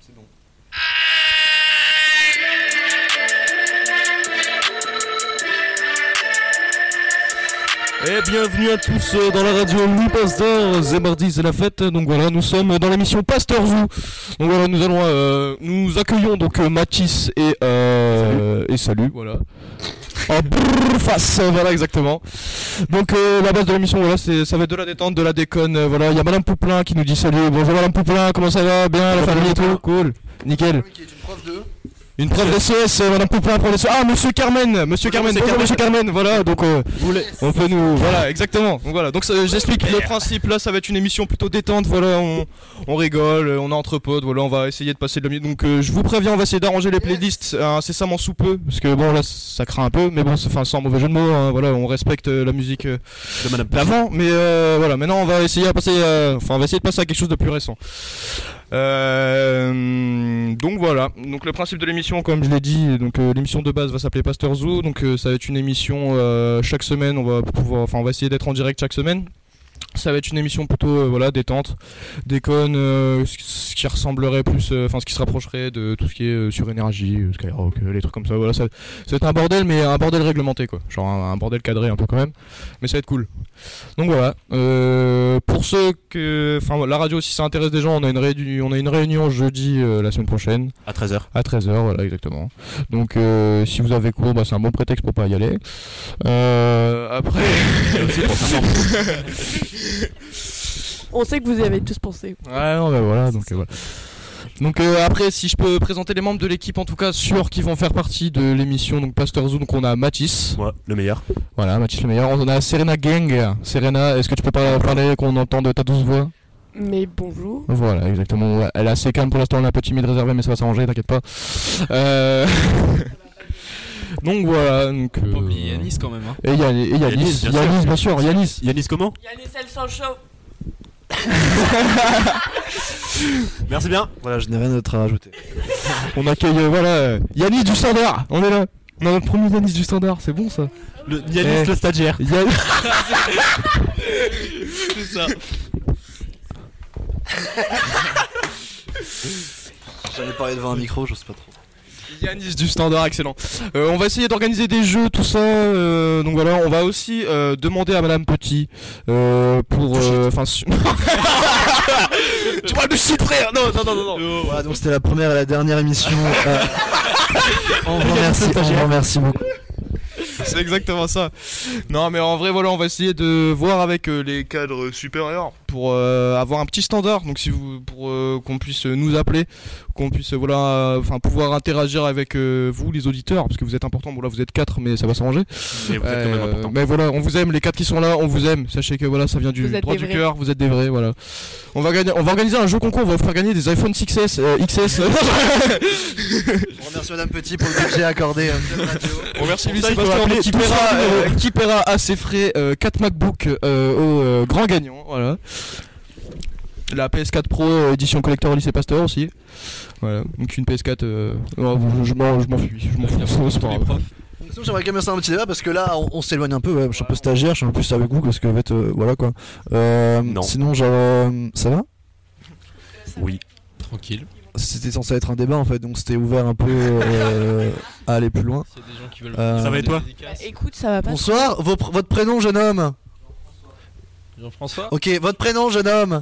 C'est bon. Et bienvenue à tous dans la radio Louis Pasteur, c'est mardi, c'est la fête, donc voilà, nous sommes dans l'émission Pasteur Zoo. Donc voilà, nous allons, nous accueillons donc Mathis et salut, voilà. En brrr, face, voilà exactement. Donc la base de l'émission, voilà, ça va être de la détente, de la déconne, voilà. Il y a Madame Pouplin qui nous dit salut, bonjour Madame Pouplin, comment ça va, bien, la famille et tout, cool, nickel. Qui est une prof de... Une preuve d'SES, Madame Poupin, prof d'SES. Ah, Monsieur Carmen, bonjour Monsieur Carmen, voilà, donc on peut nous, voilà, exactement. Donc voilà, donc j'explique le principe. Là, ça va être une émission plutôt détente. Voilà, on rigole, on est entre potes. Voilà, on va essayer de passer de la musique. Donc je vous préviens, on va essayer d'arranger les playlists incessamment sous peu, parce que bon là, ça craint un peu, mais bon, enfin sans mauvais jeu de mots. Hein, voilà, on respecte la musique de Madame d'avant, mais voilà, maintenant on va essayer de passer, on va essayer de passer à quelque chose de plus récent. Donc voilà, donc le principe de l'émission, comme je l'ai dit, donc l'émission de base va s'appeler Pasteur Zoo, donc ça va être une émission chaque semaine, on va essayer d'être en direct chaque semaine. Ça va être une émission plutôt voilà, détente, déconne, ce qui ressemblerait plus, ce qui se rapprocherait de tout ce qui est sur énergie, Skyrock, les trucs comme ça. Voilà, ça va être un bordel, mais un bordel réglementé quoi, genre un bordel cadré un peu quand même, mais ça va être cool. Donc voilà, pour ceux que, la radio si ça intéresse des gens, on a une réunion jeudi la semaine prochaine à 13h. À 13h, voilà exactement. Donc si vous avez cours, c'est un bon prétexte pour pas y aller. Après. On sait que vous y avez tous pensé. Ouais, non, voilà, donc voilà. Donc après, si je peux présenter les membres de l'équipe, en tout cas, sûrs qui vont faire partie de l'émission, donc Pasteur Zoo, donc on a Mathis. Moi, le meilleur. Voilà, Mathis le meilleur. On a Serena Gang. Serena, est-ce que tu peux parler, qu'on entende ta douce voix? Mais bonjour. Voilà, exactement. Ouais. Elle est assez calme pour l'instant, elle a un peu timide réservé, mais ça va s'arranger, t'inquiète pas. Donc voilà, donc. Pas oublier Yanis quand même. Hein. Et Yanis, bien sûr, Yanis. Yanis comment? Yanis elle sent chaud. Merci bien. Voilà, je n'ai rien d'autre à rajouter. On accueille, voilà, Yanis du Standard. On est là. On a notre premier Yanis du Standard, c'est bon ça. Le Yanis le stagiaire. C'est ça. J'allais parler devant un micro, je sais pas trop. Yanis du Standard, excellent. On va essayer d'organiser des jeux, tout ça. Donc voilà, on va aussi demander à Madame Petit pour. Tu parles de shit, frère. Non. Voilà, donc c'était la première et la dernière émission. On vous remercie beaucoup. C'est exactement ça. Non mais en vrai voilà, on va essayer de voir avec les cadres supérieurs pour avoir un petit standard, donc si vous pour qu'on puisse nous appeler, qu'on puisse pouvoir interagir avec vous les auditeurs, parce que vous êtes importants. Bon là vous êtes 4 mais ça va s'arranger. Mais vous êtes quand même importants. Mais voilà, on vous aime, les 4 qui sont là, on vous aime. Sachez que voilà, ça vient du droit du cœur, vous êtes des vrais, voilà. On va organiser un jeu concours, on va vous faire gagner des iPhone 6S XS. On remercie Madame Petit pour le budget accordé. On remercie Lucie Pasteur qui paiera à ses frais 4 MacBook au grand gagnant, voilà. La PS4 Pro édition collector au lycée Pasteur aussi. Voilà, donc une PS4 je m'en fous, c'est pas grave. J'aimerais quand même faire un petit débat parce que là on s'éloigne un peu, ouais, je suis un peu stagiaire, je suis un peu plus avec vous parce que en fait voilà quoi. Non. Sinon genre ça va? Oui. Tranquille. C'était censé être un débat en fait, donc c'était ouvert un peu à aller plus loin. C'est des gens qui veulent ça va et toi? Écoute, ça va pas. Bonsoir, votre prénom jeune homme? Jean-François. Ok, votre prénom jeune homme?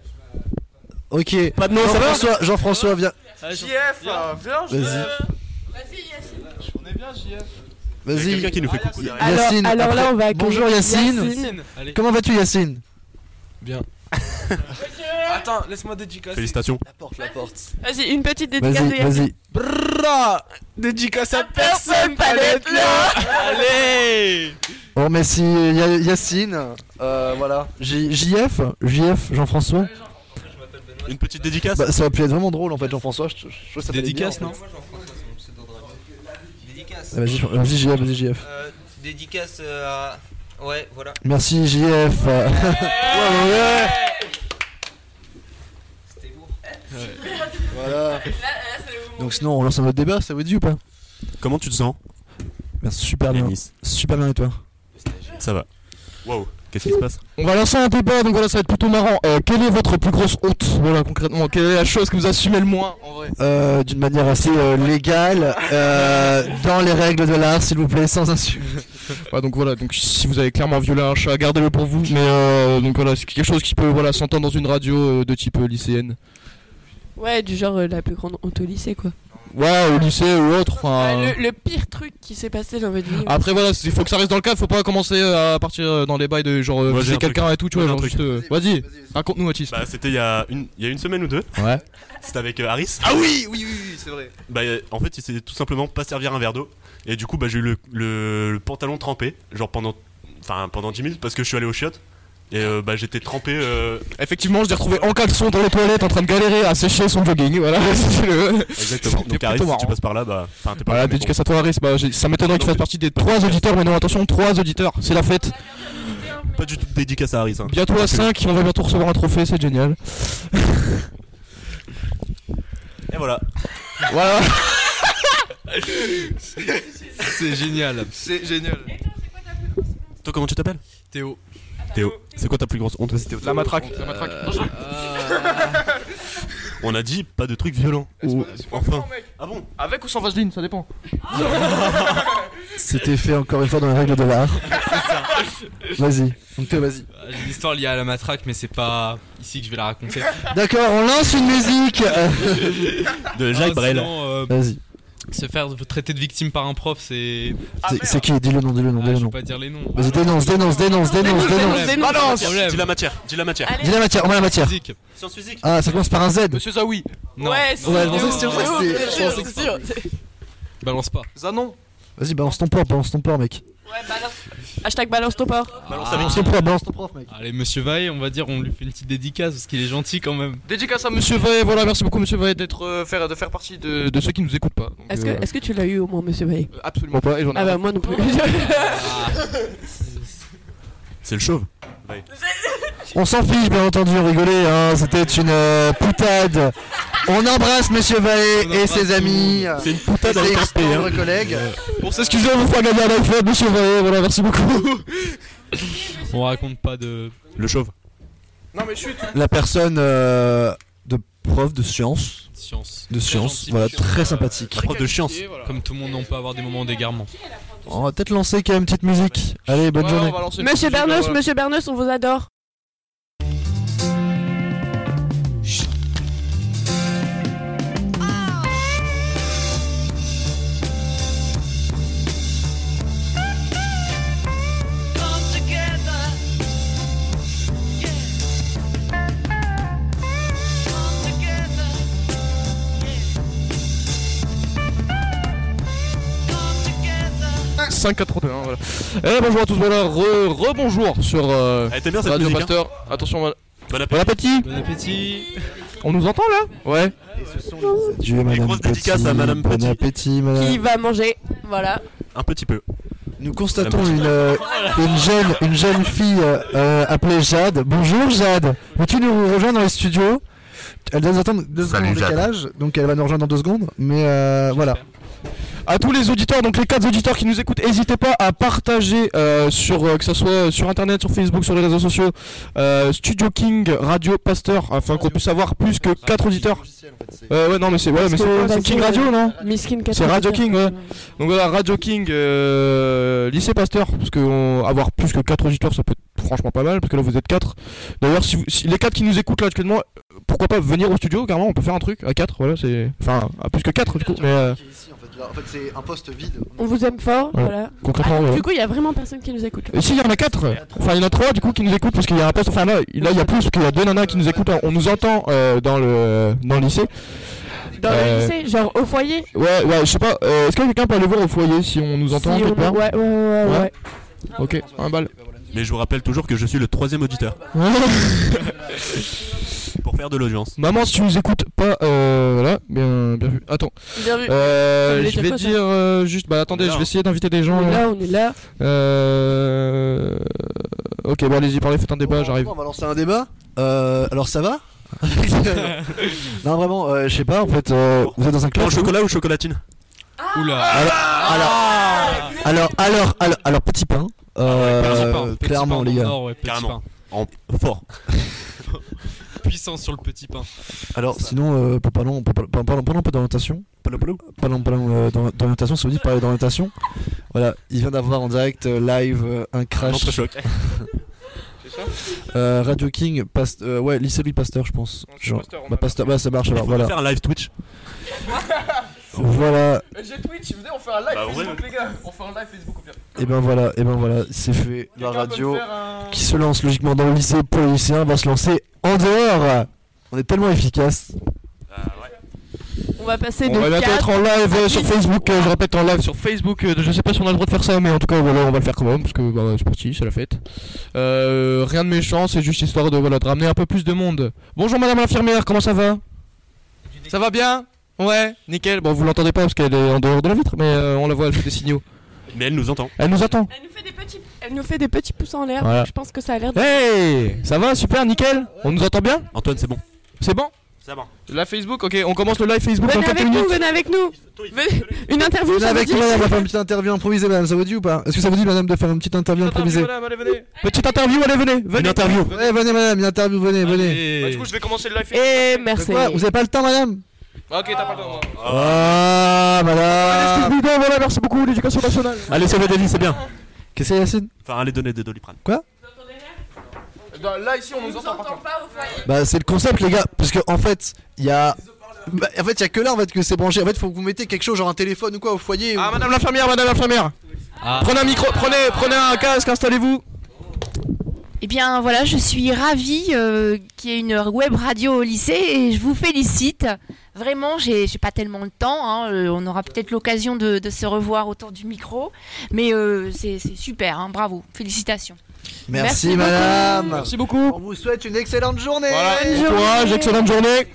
Ok. Pas de nom, ça va? Jean-François, viens. JF, viens, Vas-y. Vas-y Yacine. On est bien JF. Il y a Vas-y. quelqu'un qui nous fait coucou derrière. Yacine. Alors là on va accueillir Bonjour Yacine. Allez. Comment vas-tu Yacine? Bien. Attends, laisse-moi dédicacer. Félicitations. La porte. Vas-y, une petite dédicace de Vas-y, Yacine. vas-y. Brrra. Dédicace à Personne pas d'être là. Allez. On remercie Yacine. Voilà. JF, Jean-François. Une petite dédicace. Bah, ça aurait pu être vraiment drôle en fait, Jean-François. Je trouve que ça Dédicace, fallait non? Dédicace. bien. Vas-y JF, vas-y JF. Dédicace à... Ouais, voilà. Merci JF. Ouais. C'était lourd. Voilà. Donc sinon on lance un autre débat, ça vous dit ou pas? Comment tu te sens? Merci, super bien. Yanis. Super bien et toi? Ça va. Wow. Qu'est-ce qui se passe? On va lancer un débat, donc voilà, ça va être plutôt marrant. Quelle est votre plus grosse honte? Voilà, concrètement, quelle est la chose que vous assumez le moins en vrai? D'une manière assez légale, dans les règles de l'art, s'il vous plaît, sans insulte. Ouais, donc voilà, donc si vous avez clairement violé un chat, gardez-le pour vous. Mais donc voilà, c'est quelque chose qui peut voilà, s'entendre dans une radio de type lycéenne. Ouais, du genre la plus grande honte au lycée, quoi. Ouais, au lycée ou autre, enfin... Le pire truc qui s'est passé, j'ai envie de dire. Après voilà, il faut que ça reste dans le cadre, faut pas commencer à partir dans les bails de genre Moi, j'ai viser un truc. quelqu'un et tout, tu vois, Moi, j'ai genre un juste... Vas-y, raconte-nous Mathis. Bah, c'était il y a une semaine ou deux. Ouais. C'était avec Harris. Ah oui, c'est vrai. Bah, en fait, il s'est tout simplement pas servir un verre d'eau. Et du coup, bah, j'ai eu le pantalon trempé, genre pendant 10 minutes parce que je suis allé aux chiottes. Et bah, j'étais trempé. Effectivement, je l'ai retrouvé en caleçon dans les toilettes en train de galérer à sécher son jogging, voilà. C'est le... Exactement. Donc, C'était Harris, plutôt si tu marrant. passes par là, bah. Enfin, t'es pas Voilà, là, mais dédicace à toi Harris, bah, ça m'étonnerait que tu fasses partie des 3 auditeurs, mais non, attention, 3 auditeurs, c'est la fête. bon, pas du tout de dédicace à Harris. Hein. Bientôt à 5, on va bientôt recevoir un trophée, c'est génial. Et voilà. Voilà. C'est génial. C'est génial. Toi, comment tu t'appelles? Théo. Théo. C'est quoi ta plus grosse honte? Vas-y, Théo. La matraque, la matraque. On a dit pas de trucs violents. Enfin. Ah bon? Avec ou sans vaseline, ça dépend. C'était fait encore une fois dans les règles de l'art. Vas-y, donc Théo, vas-y. J'ai une histoire liée à la matraque, mais c'est pas ici que je vais la raconter. D'accord, on lance une musique. De Jacques Brel. Sinon, Vas-y. se faire traiter de victime par un prof, c'est. C'est qui? Dis le nom, dis le nom, dis Ah, le je nom. vais pas dire les noms. Vas-y, dénonce. Balance. Problème. Dis la matière. Dis la matière. Dis la matière, on met la matière. Physique. Sciences physiques. Ah, ça commence par un Z. Monsieur Zawi. Non. Ouais, Ouais, je pensais que c'était- c'est sûr, c'est sûr. Balance pas. Zanon. Vas-y, balance ton port, mec. Ouais, balance. Hashtag balance ton porc. Balance ton prof, mec. Allez, monsieur Vaille, on va dire, on lui fait une petite dédicace parce qu'il est gentil quand même. Dédicace à Monsieur Vaillet, voilà, merci beaucoup Monsieur Vaillet d'être de faire partie de ceux qui nous écoutent pas. Donc, Est-ce que tu l'as eu au moins, monsieur Veil? absolument pas, et j'en ai Ah bah moi non plus. C'est le chauve. On s'en fiche, bien entendu, on rigolait, hein. C'était une poutade. On embrasse Monsieur Vaillet On et embrasse ses tout le amis. C'est une putain ses avec un P, hein. ex-tendres collègues. Pour s'excuser, on vous fera gagner un iPhone, Monsieur Vaillet, voilà, merci beaucoup. On raconte pas de. Le chauve. Non mais chut. La personne de prof de sciences. Science. De Très sciences, gentil, voilà, monsieur. très sympathique. Prof de science. Comme tout le monde, on peut avoir des moments d'égarement. On va peut-être lancer quand même une petite musique. Allez, bonne journée. Monsieur Bernos, monsieur Bernos, on vous adore. Ouais. 5,81, voilà. Eh bonjour à tous, voilà, rebonjour sur Elle était bien cette Radio musique. Hein. Pasteur. Attention, Bon bon appétit. Bon appétit. On nous entend là? Ouais. Dieu, Madame grosses dédicaces Petit. à Madame Bon Petit. appétit, madame. Qui va manger? Voilà. Un petit peu. Nous constatons une jeune fille appelée Jade. Bonjour Jade. Veux-tu nous rejoindre dans les studios? Elle doit nous attendre 2 secondes en décalage, donc elle va nous rejoindre dans 2 secondes. Mais voilà. À tous les auditeurs, donc les 4 auditeurs qui nous écoutent, n'hésitez pas à partager sur que ce soit sur internet, sur Facebook, sur les réseaux sociaux, Studio King, Radio Pasteur, afin qu'on puisse avoir plus que 4 auditeurs. Ouais non mais c'est mais c'est King Radio non? Miskin C'est Radio King, ouais. Donc voilà, Radio King, lycée Pasteur, parce que avoir plus que 4 auditeurs ça peut être franchement pas mal, parce que là vous êtes 4. D'ailleurs si les 4 qui nous écoutent là actuellement, pourquoi pas venir au studio, carrément on peut faire un truc à 4, voilà c'est... Enfin à plus que 4 du coup, mais En fait, c'est un poste vide. On vous aime fort, Ouais. voilà. concrètement Ah, voilà. du coup, il y a vraiment personne qui nous écoute. Et si, il y en a 4. Enfin, il y en a 3 du coup qui nous écoutent parce qu'il y a un poste. Enfin, là, il y a plus parce qu'il y a 2 nanas qui nous écoutent. On nous entend dans le lycée. Dans le lycée, genre au foyer. Ouais, je sais pas. Est-ce que quelqu'un peut aller voir au foyer si on nous entend Si quelque part? ouais. Ok, un balle. Mais je vous rappelle toujours que je suis le 3ème auditeur. Pour faire de l'audience. Maman, si tu nous écoutes pas, voilà, bien vu. Attends. Bien vu. Je dire vais quoi, ça dire juste. Bah attendez, Non. je vais essayer d'inviter des gens. On est là. Ok, bon, allez-y, parlez, faites un débat, j'arrive. On va lancer un débat. Alors ça va? Non vraiment, je sais pas en fait. Vous êtes dans un club? Au chocolat ou chocolatine? Oula. Alors petit pain. clairement les gars. Carrément. En fort. Puissant sur le petit pain. Alors sinon, parlons un peu d'orientation. Parlons d'orientation, si vous dites parler d'orientation. Voilà, il vient d'avoir en direct live un crash. Entre-choc. C'est ça Radio King, ouais, lycée Louis Pasteur, je pense. Genre, Pasteur, Pasteur, bah ça marche alors, Il faut voilà. faire un live Twitch. Voilà, J'ai Twitch, venez, on fait un live Bah, Facebook, les gars. On fait un live Facebook au pire. et ben voilà, c'est fait. La Quelqu'un radio peut me faire un- qui se lance logiquement dans le lycée pour les lycéens va se lancer en dehors. On est tellement efficace. On va passer On de va bientôt 4 être en live à sur 10. Facebook, je répète en live sur Facebook, je sais pas si on a le droit de faire ça mais en tout cas voilà, on va le faire quand même parce que bah, c'est parti, c'est la fête. Rien de méchant, c'est juste histoire de ramener un peu plus de monde. Bonjour madame l'infirmière, comment ça va? Ça va bien? Ouais, nickel. Bon, vous l'entendez pas parce qu'elle est en dehors de la vitre mais on la voit, elle fait des signaux. Mais elle nous entend. Elle nous attend. Elle nous fait des petits pouces en l'air. Voilà. Je pense que ça a l'air de... Hey, ça va, super, nickel. On nous entend bien? Antoine, c'est bon. C'est bon? Ça va. La Facebook, ok, on commence le live Facebook Venez dans quelques avec nous, minutes. venez avec nous. Une interview, Venez ça vous avec dit? nous madame, on va faire une petite interview improvisée madame, ça vous dit ou pas? Est-ce que ça vous dit madame de faire une petite interview improvisée? Madame, allez, venez. Petite interview, allez, venez. Une interview. Ouais, venez madame, une interview, venez. Bah, du coup, je vais commencer le live Et Facebook. merci. Quoi? Vous avez pas le temps madame? Ok, t'as pas le temps. Ah madame. Excuse-moi, voilà, merci beaucoup, l'éducation nationale. Allez, sauve Denis, c'est bien. Qu'est-ce que c'est Yacine? Enfin, allez donner des Doliprane. Là, ici, on nous entend par contre. Bah c'est le concept les gars, parce que en fait il y a... Bah, en fait il y a que là en fait que c'est branché, en fait faut que vous mettez quelque chose genre un téléphone ou quoi au foyer. Ah, madame l'infirmière, madame l'infirmière. Prenez un micro, prenez un casque, installez-vous. Eh bien voilà, je suis ravie qu'il y ait une web radio au lycée et je vous félicite. Vraiment, j'ai pas tellement le temps, hein, on aura peut-être l'occasion de se revoir autour du micro, mais c'est super, hein, bravo, félicitations. Merci madame. Merci beaucoup. On vous souhaite une excellente journée. Voilà, Bonne bon courage, journée. excellente journée.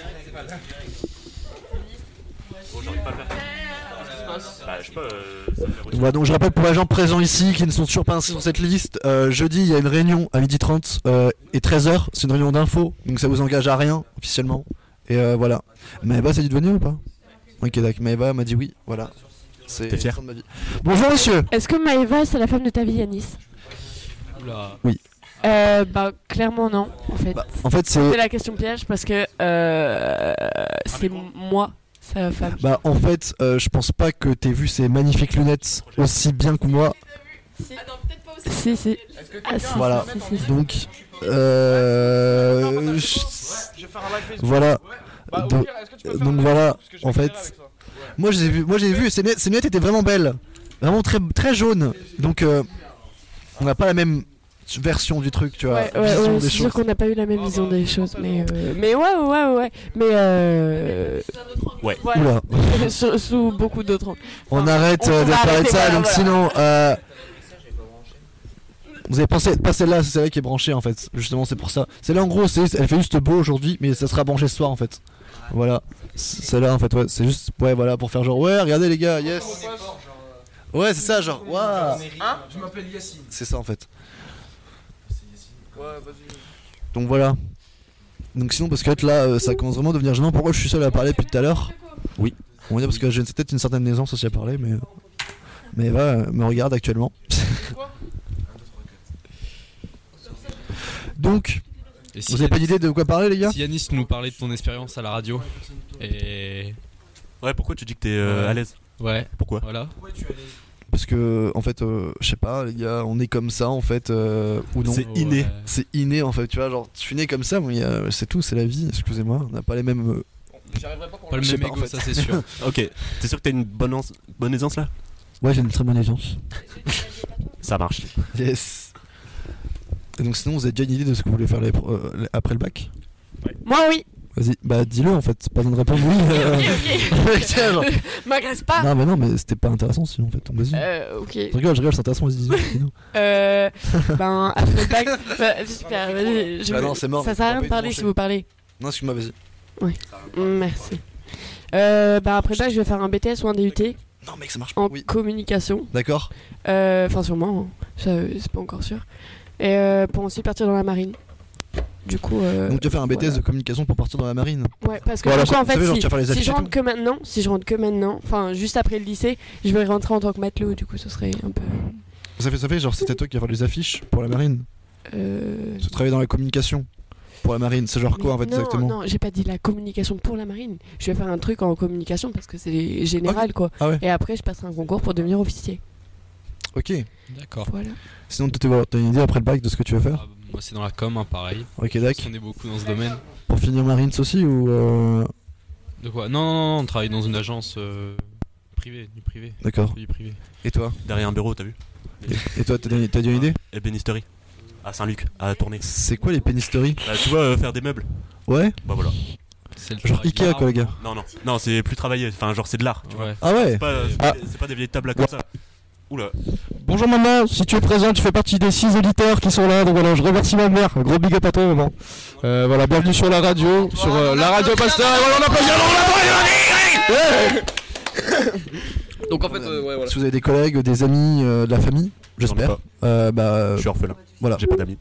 Bah, je sais pas, ça me fait Donc, voilà, donc je rappelle pour les gens présents ici qui ne sont toujours pas inscrits sur cette liste, jeudi il y a une réunion à 12h30 et 13h, c'est une réunion d'info, donc ça vous engage à rien officiellement. Et voilà. Maëva, ça dit de venir ou pas? Ok d'accord, Maëva m'a dit oui, voilà. C'est T'es fier? de ma vie. Bonjour monsieur. Est-ce que Maëva, c'est la femme de ta vie, Yanis? Oula. Bah, clairement non, en fait. Bah, en fait C'est c'est... la question piège parce que c'est moi, sa femme. Bah en fait je pense pas que t'aies vu ces magnifiques lunettes aussi bien que moi. Si, si. Ah, si, Voilà. si, si. Donc Je vais faire un live Facebook. voilà. Bah, au Donc- pire, est-ce que tu peux faire donc un live voilà, Facebook, parce que je vais en fait, galérer avec ça. Moi j'ai vu, ces lunettes étaient vraiment belles. Vraiment très, très jaunes. Donc on n'a pas la même version du truc, tu vois. Ouais, vision des c'est sûr choses. qu'on n'a pas eu la même vision des choses, mais ouais. Mais voilà. Oula. Sous beaucoup d'autres angles. On arrête on de va parler de arrêter, ça, voilà, donc voilà. sinon... Vous avez pensé pas celle-là, c'est celle-là qui est branchée en fait. Justement c'est pour ça. Celle-là en gros elle fait juste beau aujourd'hui, mais ça sera branché ce soir en fait. Voilà. Celle-là en fait ouais, c'est juste ouais voilà pour faire genre ouais regardez les gars, yes. Ouais c'est ça genre waouh. Je m'appelle Yacine. C'est ça en fait. Ouais, vas-y. Donc voilà. Donc sinon parce que là ça commence vraiment à devenir gênant. Pourquoi je suis seul à parler depuis tout à l'heure? Oui. On va dire parce que j'ai peut-être une certaine aisance aussi à parler, mais Eva me regarde actuellement. Donc, Et si vous avez pas d'idée de quoi parler les gars? Si Yanis nous parlait de ton expérience à la radio. Et. Ouais, pourquoi tu dis que t'es Ouais. à l'aise? Ouais, Pourquoi? voilà. Parce que en fait, je sais pas les gars, on est comme ça en fait ou non. C'est inné. Ouais. C'est inné en fait, tu vois, genre je suis né comme ça, mais c'est tout, c'est la vie. Excusez-moi, on n'a pas les mêmes. J'y arriverai pas pour Pas le Je sais même pas, en ego, fait. ça c'est sûr. Ok, t'es sûr que t'as une bonne aisance là? Ouais, j'ai une très bonne aisance. Ça marche. Yes. Et donc sinon, vous avez déjà une idée de ce que vous voulez faire après le bac? Moi, oui. Vas-y, bah dis-le en fait, pas besoin de répondre oui. Tiens, genre. M'agresse pas. Non mais non, mais c'était pas intéressant sinon en fait. Donc vas-y. Ok. Je rigole, c'est intéressant, vas-y, dis-nous. Ben, après le bac. Bah, super, vas-y. Bah non, c'est mort. Ça sert à rien de parler si vous parlez. Non, excuse-moi, vas-y. Merci. Bah, après le bac, je vais faire un BTS ou un DUT Non mec, ça marche pas. en Oui. communication. D'accord. Enfin, sûrement. Hein. Ça, c'est pas encore sûr. Et pour ensuite partir dans la marine. Du coup. Donc tu vas faire un BTS voilà. de communication pour partir dans la marine. Ouais, parce que Voilà, du coup, en ça veut fait, genre, si, tu vas faire les si affiches je et rentre tout. que maintenant, enfin juste après le lycée, je vais rentrer en tant que matelot. Du coup, ce serait un peu. Ça fait genre c'était toi qui as fait les affiches pour la marine. Tu travailles dans la communication pour la marine, c'est genre quoi en fait exactement? Non, j'ai pas dit la communication pour la marine. Je vais faire un truc en communication parce que c'est général quoi. Ah ouais. Et après je passerai un concours pour devenir officier. Ok. D'accord. Voilà. Sinon t'as une idée après le bac de ce que tu vas faire? Moi c'est dans la com, hein, pareil. Ok, d'accord. On est beaucoup dans ce domaine. Pour finir Marines aussi ou De quoi? Non, on travaille dans une agence privée, du privé. D'accord. Du privé. Et toi? Derrière un bureau, t'as vu? Et toi, t'as déjà une idée? Ébénisterie. À Saint-Luc, à Tournai. C'est quoi les pénisteries? Bah, tu vois, faire des meubles. Ouais. Bah voilà. C'est le Genre travail Ikea d'art. quoi les gars. Non, c'est plus travaillé. Enfin, genre c'est de l'art. Tu vois. Ouais. Ah ouais. C'est pas des vieilles tables là comme ça. Oula. Bonjour maman, si tu es présent, tu fais partie des 6 auditeurs qui sont là, donc voilà, je remercie ma mère, gros big up à toi maman. Voilà, bienvenue sur la radio, sur la radio Pasteur, voilà, on applaudit, Donc en fait, ouais, voilà. Si vous avez des collègues, des amis, de la famille, j'espère. Je suis orphelin. Voilà. J'ai pas d'amis.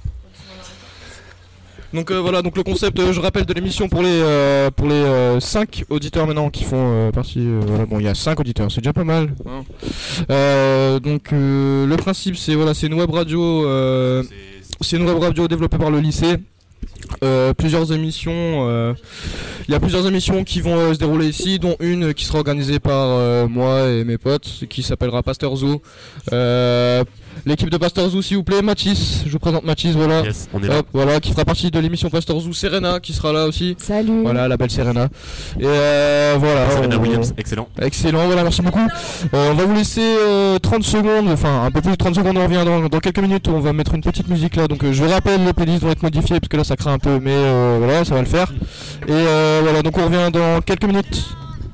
Donc voilà, donc le concept, je rappelle, de l'émission pour les 5 auditeurs maintenant qui font partie. Voilà, bon, il y a 5 auditeurs, c'est déjà pas mal. Hein. Donc le principe, c'est voilà, c'est une web radio, développée par le lycée. Plusieurs émissions. Il y a plusieurs émissions qui vont se dérouler ici, dont une qui sera organisée par moi et mes potes, qui s'appellera Pasteur Zoo. L'équipe de Pasteur Zoo, s'il vous plaît, Mathis, je vous présente Mathis, voilà. Yes, on est là. Voilà, qui fera partie de l'émission Pasteur Zoo. Serena, qui sera là aussi. Salut. Voilà, la belle Serena. Et voilà. Serena Williams, excellent. Excellent, voilà, merci beaucoup. On va vous laisser 30 secondes, enfin un peu plus de 30 secondes, on revient dans quelques minutes, on va mettre une petite musique là, donc je rappelle, les playlists vont être modifiées parce que là ça craint un peu, mais voilà, ça va le faire. Et voilà, donc on revient dans quelques minutes.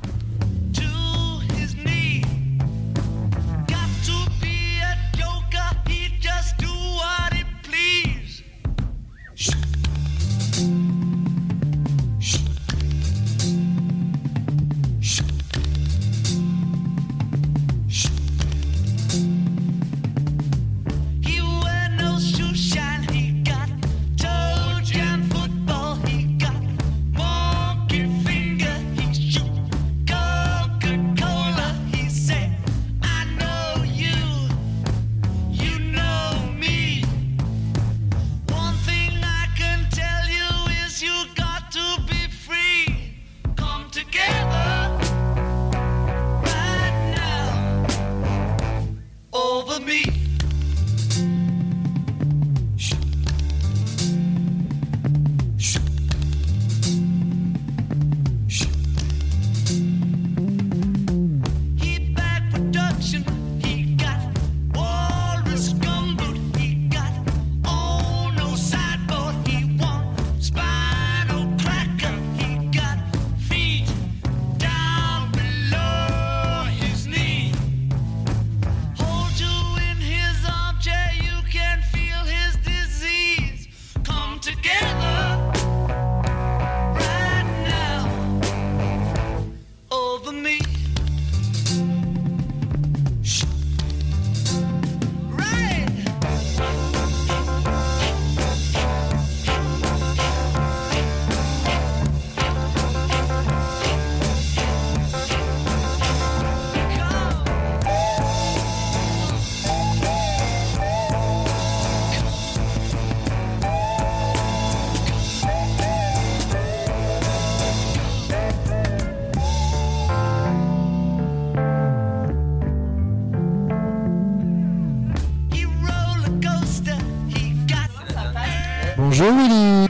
Bonjour Willy.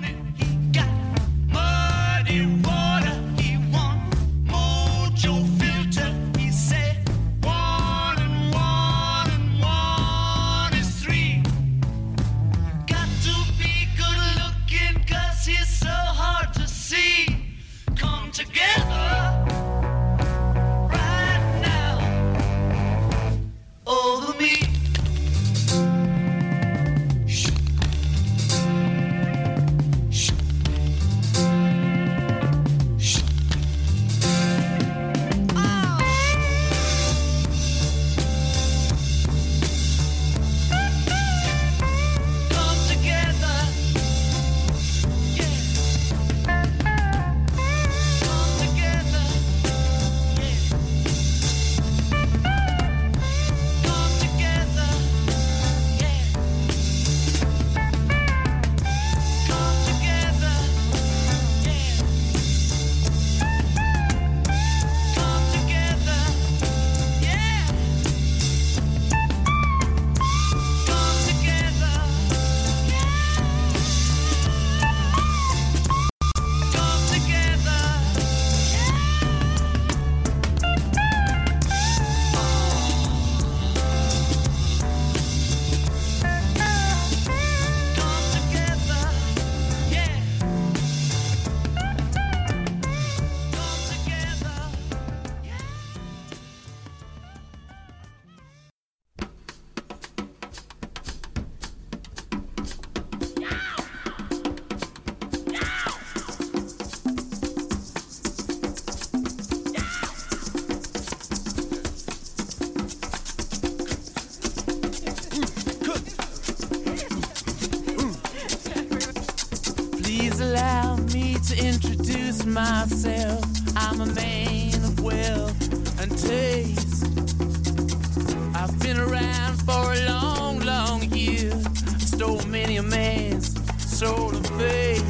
guess myself, I'm a man of wealth and taste. I've been around for a long, long year. Stole many a man's soul of faith.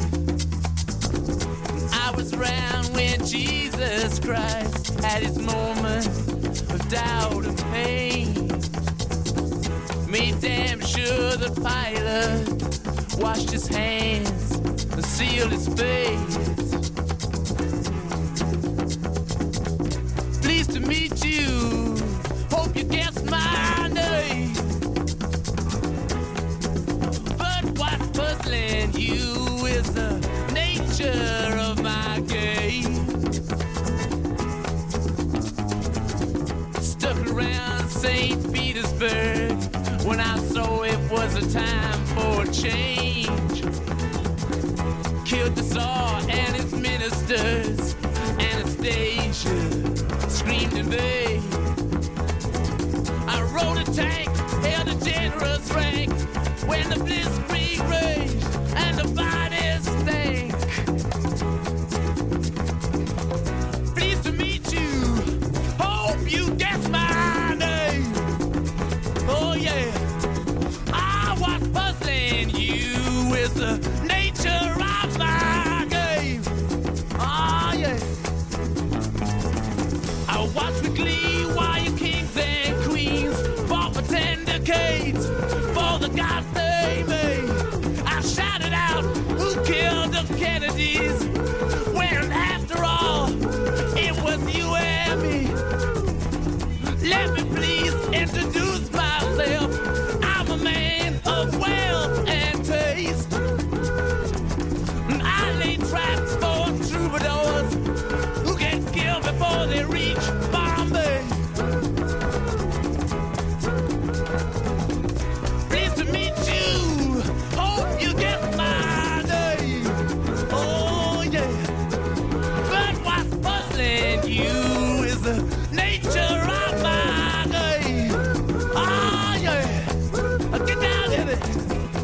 I was around when Jesus Christ had his moment of doubt and pain. Made damn sure the Pilate washed his hands and sealed his face. Pleased to meet you, hope you guessed my name. But what's puzzling you is the nature of my game. Stuck around St. Petersburg when I saw it was a time for a change. Killed the Tsar and his ministers. Anastasia screamed in vain. I rode a tank, held a generous rank when the blitzkrieg raged and the bodies stank. Pleased to meet you, hope you guess my name. Oh yeah, I was puzzling you is the nature of my game. Oh yeah, I watch with glee while you kings and queens fought for 10 decades for the gods they made. I shouted out, who killed the Kennedys? When after all, it was you and me. Let me please introduce myself. I'm a man of wealth and taste. I lay traps for troubadours who get killed before they reach Bombay. Pleased to meet you, hope you get my name. Oh yeah, but what's puzzling you is the nature of my game. Oh yeah, get down in it.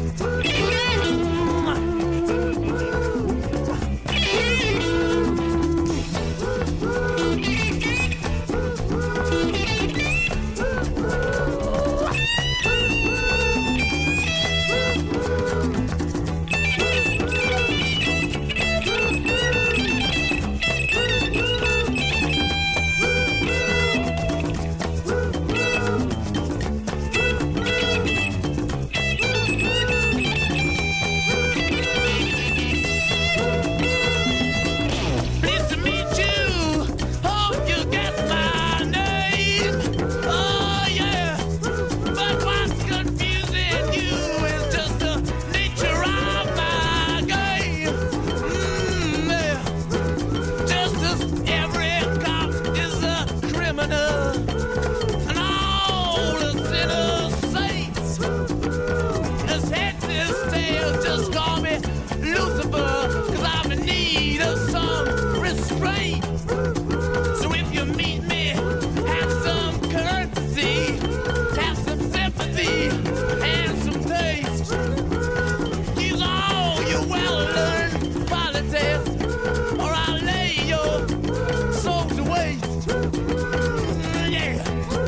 Pleased to meet you, hope you guess my name. Oh yeah, but what's confusing you is just the nature of my game. Yeah. Just as every cop is a criminal and all the sinners saints. As heads is tails, just call me Lucifer, 'cause I'm in need of some restraint. So if you meet me, have some courtesy, have some sympathy, and some taste. Use all your well-learned politics, or I'll lay your soul to waste. Yeah.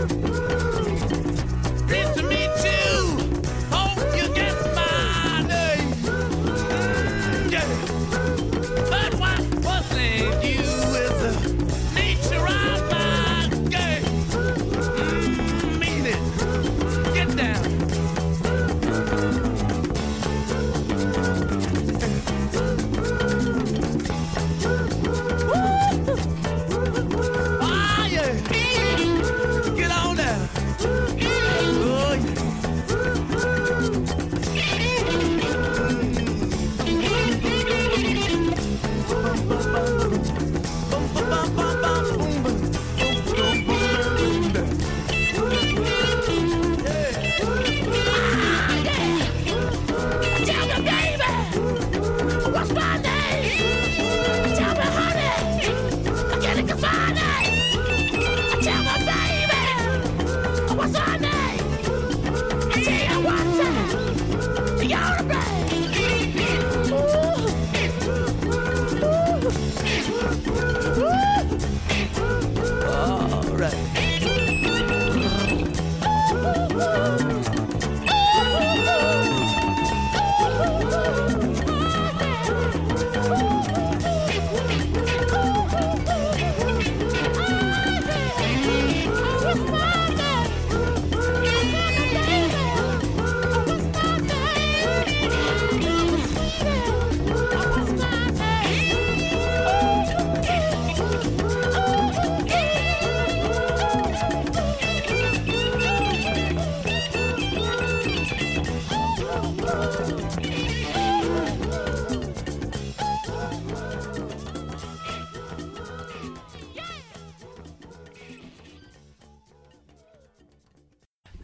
Pleased to meet you, hope you get my name. Yeah. But what's puzzling you is the nature of my game. Mean it. Get down. Woo! Ah, yeah.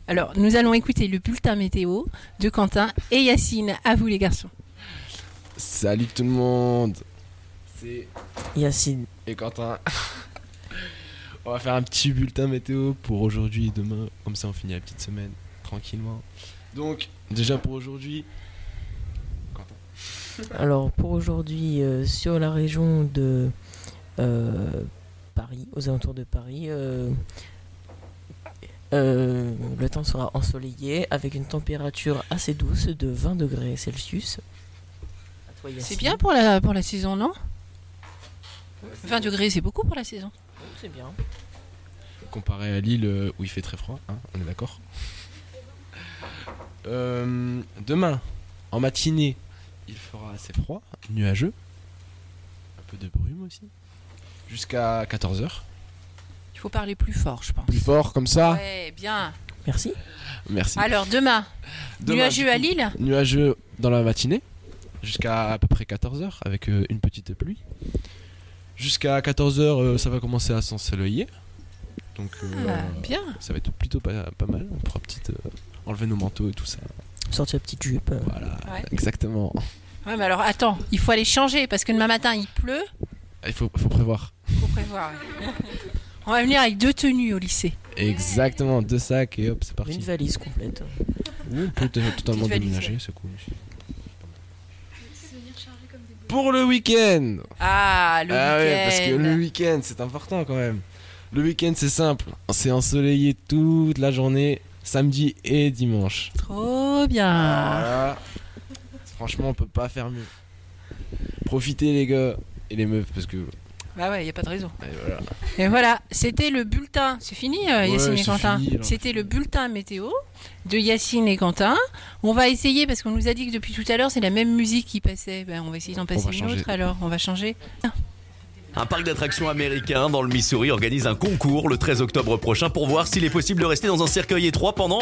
Alors, nous allons écouter le bulletin météo de Quentin et Yacine. À vous les garçons. Salut tout le monde. C'est Yacine et Quentin. On va faire un petit bulletin météo pour aujourd'hui et demain. Comme ça, on finit la petite semaine tranquillement. Donc, déjà pour aujourd'hui. Alors pour aujourd'hui, sur la région de Paris, aux alentours de Paris, le temps sera ensoleillé avec une température assez douce de 20 degrés Celsius. C'est bien pour la saison, non ? 20 degrés, c'est beaucoup pour la saison. C'est bien. Comparé à Lille où il fait très froid, hein, on est d'accord. Demain, en matinée, il fera assez froid, nuageux, un peu de brume aussi, jusqu'à 14h. Il faut parler plus fort, je pense. Plus fort, comme ça. Ouais, bien. Merci. Merci. Alors, demain nuageux à Lille ? Nuageux dans la matinée, jusqu'à peu près 14h, avec une petite pluie. Jusqu'à 14h, ça va commencer à s'ensoleiller. Donc, bien. Ça va être plutôt pas mal. On pourra enlever nos manteaux et tout ça. Sortir la petite jupe. Voilà, exactement. Ouais, mais alors attends, il faut aller changer parce que demain matin il pleut. Il faut prévoir. Faut prévoir. Ouais. On va venir avec 2 tenues au lycée. Exactement, 2 sacs et hop, c'est parti. Une valise complète. Oui, on peut totalement déménager, c'est cool aussi. Pour le week-end. Ah, le week-end. Ouais, parce que le week-end, c'est important quand même. Le week-end, c'est simple. C'est ensoleillé toute la journée, samedi et dimanche. Trop bien. Voilà. Franchement, on peut pas faire mieux. Profitez les gars et les meufs parce que... Bah ouais, y a pas de raison. Et voilà, c'était le bulletin. C'est fini, Yacine et Quentin. Fini, c'était le bulletin météo de Yacine et Quentin. On va essayer, parce qu'on nous a dit que depuis tout à l'heure, c'est la même musique qui passait. Ben, on va essayer d'en passer une autre alors. On va changer. Un parc d'attractions américain dans le Missouri organise un concours le 13 octobre prochain pour voir s'il est possible de rester dans un cercueil étroit pendant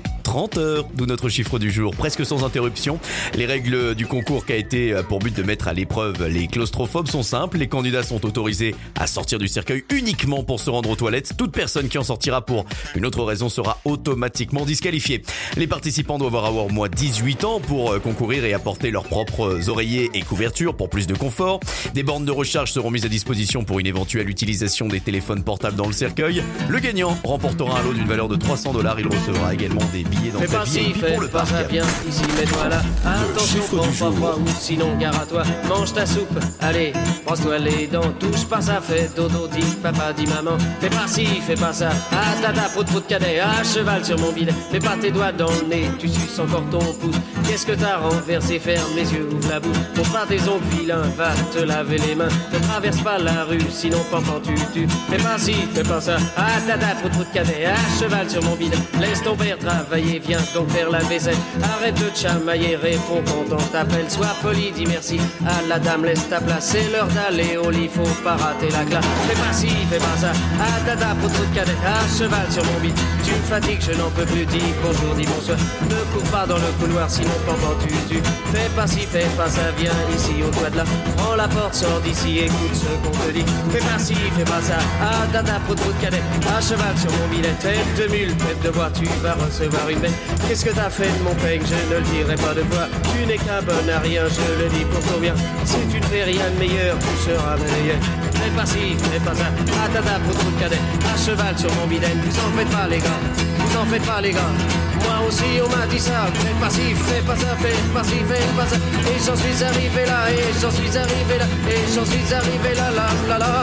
30 heures, d'où notre chiffre du jour, presque sans interruption. Les règles du concours qui a été pour but de mettre à l'épreuve les claustrophobes sont simples. Les candidats sont autorisés à sortir du cercueil uniquement pour se rendre aux toilettes. Toute personne qui en sortira pour une autre raison sera automatiquement disqualifiée. Les participants doivent avoir au moins 18 ans pour concourir et apporter leurs propres oreillers et couvertures pour plus de confort. Des bornes de recharge seront mises à disposition pour une éventuelle utilisation des téléphones portables dans le cercueil. Le gagnant remportera un lot d'une valeur de $300. Il recevra également des billets dans sa vie pour le parc. Viens ici, mets-toi là. Attention, prends pas froid ou sinon gare à toi. Mange ta soupe, allez, brosse-toi les dents. Touche pas ça, fais dodo, dit papa, dit maman. Fais pas ci, fais pas ça. Ah tata, prout prout cadet, à cheval sur mon bidet. Fais pas tes doigts dans le nez, tu suces encore ton pouce. Qu'est-ce que t'as renversé? Ferme les yeux, ouvre la bouche. Montre pas tes ongles vilains, va te laver les mains. Ne traverse pas la rue, sinon papa tu tues. Fais pas ci, fais pas ça. Ah tata, prout prout cadet, à cheval sur mon bidet. Laisse ton père travailler, viens donc faire la vaisselle. Arrête de te chamailler, réponds quand on t'appelle. Sois poli, dis merci à la dame, laisse ta place. C'est l'heure d'aller au lit, faut pas rater la classe. Fais pas ci, fais pas ça. Ah tata, pour de cadet, à cheval sur mon bide. Tu me fatigues, je n'en peux plus, dis bonjour, dis bonsoir. Ne cours pas dans le couloir, sinon pendant tu. Fais pas ci, fais pas ça, viens ici au toit de là. Prends la porte, sors d'ici, écoute ce qu'on te dit. Fais pas ci, fais pas ça. Ah tata, pour de cadet, à cheval sur mon billet. Tête de mule, tête de bois, tu vas recevoir une bête. Qu'est-ce que t'as fait de mon peigne? Je ne le dirai pas de voix. Tu n'es qu'un bon à rien, je le dis pour ton bien. Si tu ne fais rien de meilleur, tu seras meilleur. Fais pas ci, fais pas ça. Ah tata, pour tout cadet, à cheval sur mon bidet. Vous en faites pas les gars, vous en faites pas les gars. Moi aussi on m'a dit ça. Fais pas ci, fais pas ça, fais pas ci, fais pas ça. Et j'en suis arrivé là, et j'en suis arrivé là, et j'en suis arrivé là, la la la,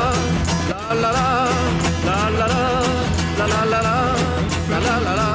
la la la, la la la, la la la, la la la la.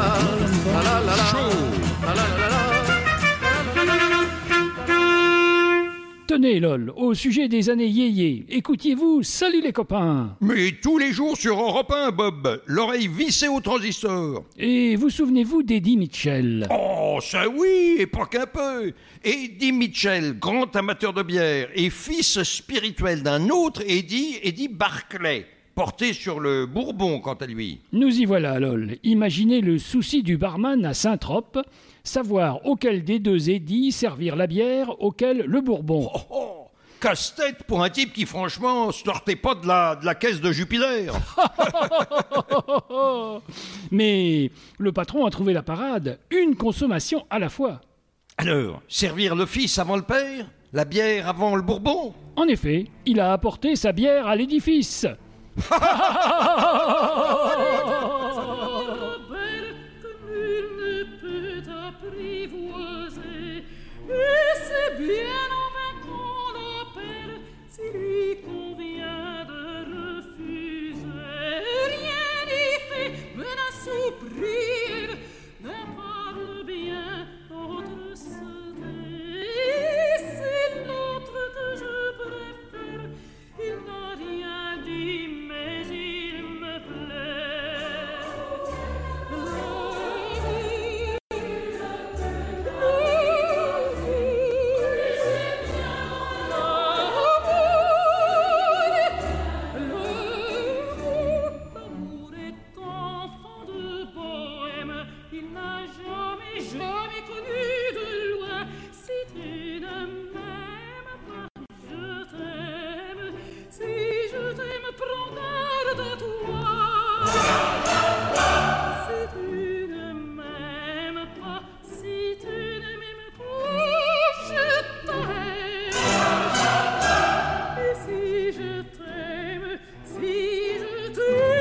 Tenez lol, au sujet des années yéyé, écoutiez-vous, salut les copains. Mais tous les jours sur Europe 1, Bob, l'oreille vissée au transistor. Et vous souvenez-vous d'Eddie Mitchell? Oh, ça oui, et pas qu'un peu. Eddie Mitchell, grand amateur de bière, et fils spirituel d'un autre Eddie Barclay, porté sur le Bourbon quant à lui. Nous y voilà, lol. Imaginez le souci du barman à Saint-Trope, savoir auquel des deux Eddie servir la bière, auquel le Bourbon. Oh, oh, casse-tête pour un type qui franchement sortait pas de la caisse de Jupiter. Mais le patron a trouvé la parade, une consommation à la fois. Alors, servir le fils avant le père? La bière avant le bourbon? En effet, il a apporté sa bière à l'édifice. Et c'est bien en vain qu'on l'appelle, s'il lui convient de refuser. Rien n'y fait, menace ou prière, d'un parle bien, l'autre se tait. C'est l'autre que je préfère, il n'a rien dit, mais il me plaît. Il n'a jamais connu de loi. Si tu ne m'aimes pas, je t'aime. Si je t'aime, prends garde à toi. Si tu ne m'aimes pas, si tu ne m'aimes pas, je t'aime. Et si je t'aime, si je t'aime,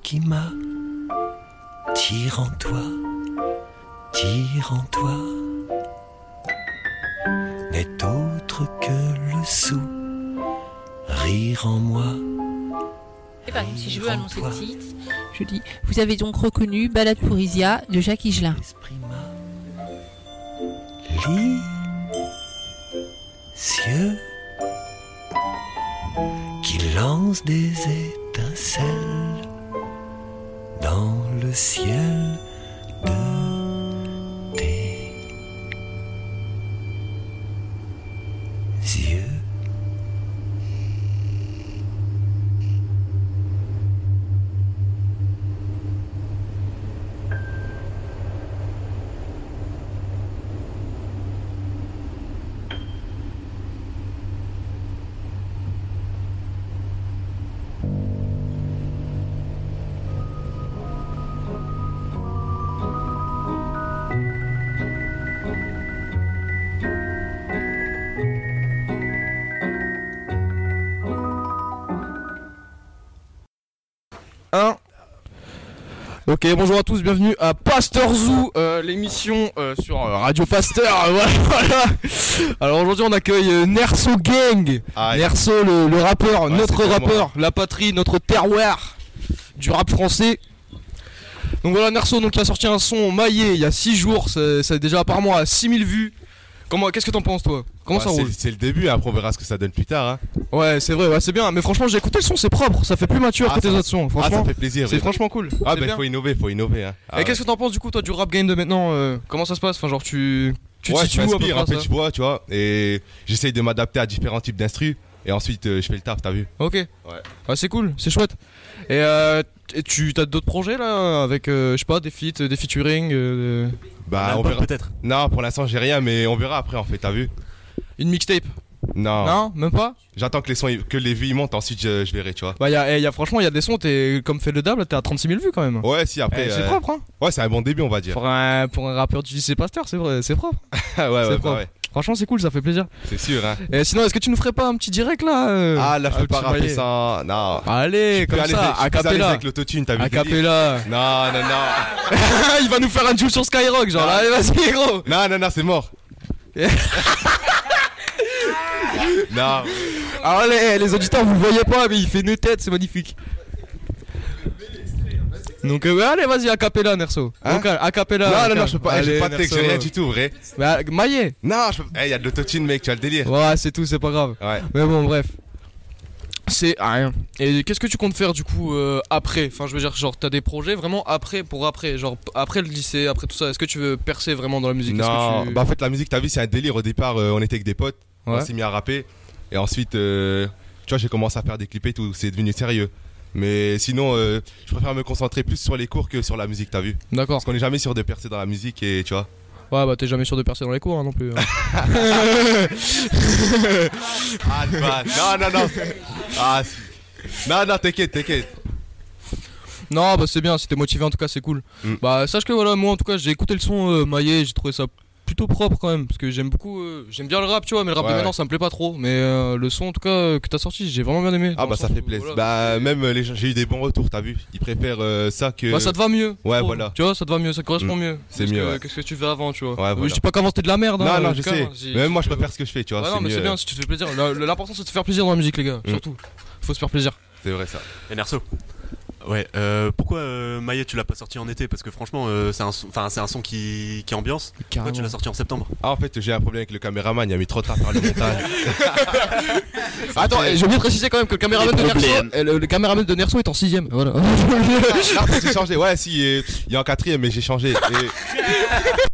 qui m'a tire en toi, n'est autre que le sourire en moi. Et par exemple, si je veux annoncer le titre, je dis vous avez donc reconnu Balade pour Isia de Jacques Higelin. Les cieux qui lancent des étincelles dans le ciel de tes yeux. Ok, bonjour à tous, bienvenue à Pasteur Zoo, l'émission sur Radio Pasteur. Voilà. Alors aujourd'hui on accueille Nerso Gang. Nerso, le rappeur, ouais, notre rappeur, la patrie, notre terroir du rap français. Donc voilà, Nerso donc, il a sorti un son Maillé il y a 6 jours, ça est déjà apparemment à 6000 vues. Qu'est-ce que t'en penses toi? Comment ça roule? C'est le début, après on verra ce que ça donne plus tard. Hein. Ouais, c'est vrai, ouais, c'est bien. Mais franchement, j'ai écouté le son, c'est propre, ça fait plus mature que tes autres sons. Franchement, ça fait plaisir. C'est franchement cool. Ah, bah faut innover. Hein. Et qu'est-ce que t'en penses du coup, toi, du rap game de maintenant? Comment ça se passe? Enfin, genre, tu te situes où à peu près, en fait, tu vois, et j'essaye de m'adapter à différents types d'instrus. Et ensuite, je fais le taf, t'as vu? Ok. Ouais. Ah, c'est cool, c'est chouette. Et tu as d'autres projets là avec, je sais pas, des feats, des featuring Bah, on verra peut-être. Non, pour l'instant, j'ai rien, mais on verra après en fait, t'as vu? Une mixtape? Non. Non, même pas? J'attends que les vues montent, ensuite je verrai, tu vois. Bah, franchement, il y a des sons, comme fait le dab, t'es à 36 000 vues quand même. Ouais, si, après. C'est propre, hein? Ouais, c'est un bon début, on va dire. Pour un rappeur du lycée Pasteur, c'est vrai, c'est propre. ouais. Franchement, c'est cool, ça fait plaisir. C'est sûr, hein. Et sinon, est-ce que tu nous ferais pas un petit direct là Ah, là, je peux pas rapper ça. Non. Allez, comme ça, a cappella. Avec l'autotune, t'as vu? A cappella. Non. Il va nous faire un duel sur Skyrock, genre, allez, vas-y, gros. Non, c'est mort. Non. Alors, les auditeurs, vous le voyez pas, mais il fait une tête, c'est magnifique. Donc allez, vas-y, a cappella, Nerso. Hein? Donc a cappella. Non, je peux pas, j'ai pas de texte, j'ai rien du tout, vrai. Bah, Maillé. Non, je peux. Y a de l'autotune, mec, tu as le délire. Ouais, c'est tout, c'est pas grave. Ouais. Mais bon, bref. C'est rien. Et qu'est-ce que tu comptes faire du coup après? Enfin, je veux dire, genre, t'as des projets vraiment après, genre après le lycée, après tout ça. Est-ce que tu veux percer vraiment dans la musique? Non, bah en fait, la musique, t'as vu, c'est un délire. Au départ, on était avec des potes, on s'est mis à rapper. Et ensuite, tu vois, j'ai commencé à faire des clips et tout, c'est devenu sérieux. Mais sinon, je préfère me concentrer plus sur les cours que sur la musique, t'as vu? D'accord. Parce qu'on est jamais sûr de percer dans la musique et tu vois. Ouais, bah t'es jamais sûr de percer dans les cours hein, non plus. Hein. Non. Non, t'inquiète. Non, bah c'est bien, si t'es motivé en tout cas, c'est cool. Bah sache que voilà, moi en tout cas, j'ai écouté le son Maillé, j'ai trouvé ça plutôt propre quand même, parce que j'aime bien le rap, tu vois, mais le rap de maintenant ça me plaît pas trop. Mais le son en tout cas que t'as sorti, j'ai vraiment bien aimé. Ah bah ça fait plaisir. Voilà, bah même j'ai eu des bons retours, t'as vu? Ils préfèrent ça que. Bah ça te va mieux. Ouais, voilà. Tu vois, ça te va mieux, ça correspond mieux. C'est mieux. Qu'est-ce que tu fais avant, tu vois? Ouais, voilà. Je dis pas qu'avant c'était de la merde. Non, je sais. Même moi je préfère ce que je fais, tu vois. Non, mais c'est bien si tu te fais plaisir. L'important c'est de te faire plaisir dans la musique, les gars. Surtout. Faut se faire plaisir. C'est vrai ça. Et Nerso. Ouais, pourquoi Maillé tu l'as pas sorti en été? Parce que franchement c'est un son qui ambiance. Pourquoi tu l'as sorti en septembre? Ah en fait j'ai un problème avec le caméraman, il a mis trop tard par le montage. Attends, j'ai oublié de préciser quand même que le caméraman de Nerso est en 6ème. Voilà. J'ai changé, ouais si, il est en 4ème mais j'ai changé.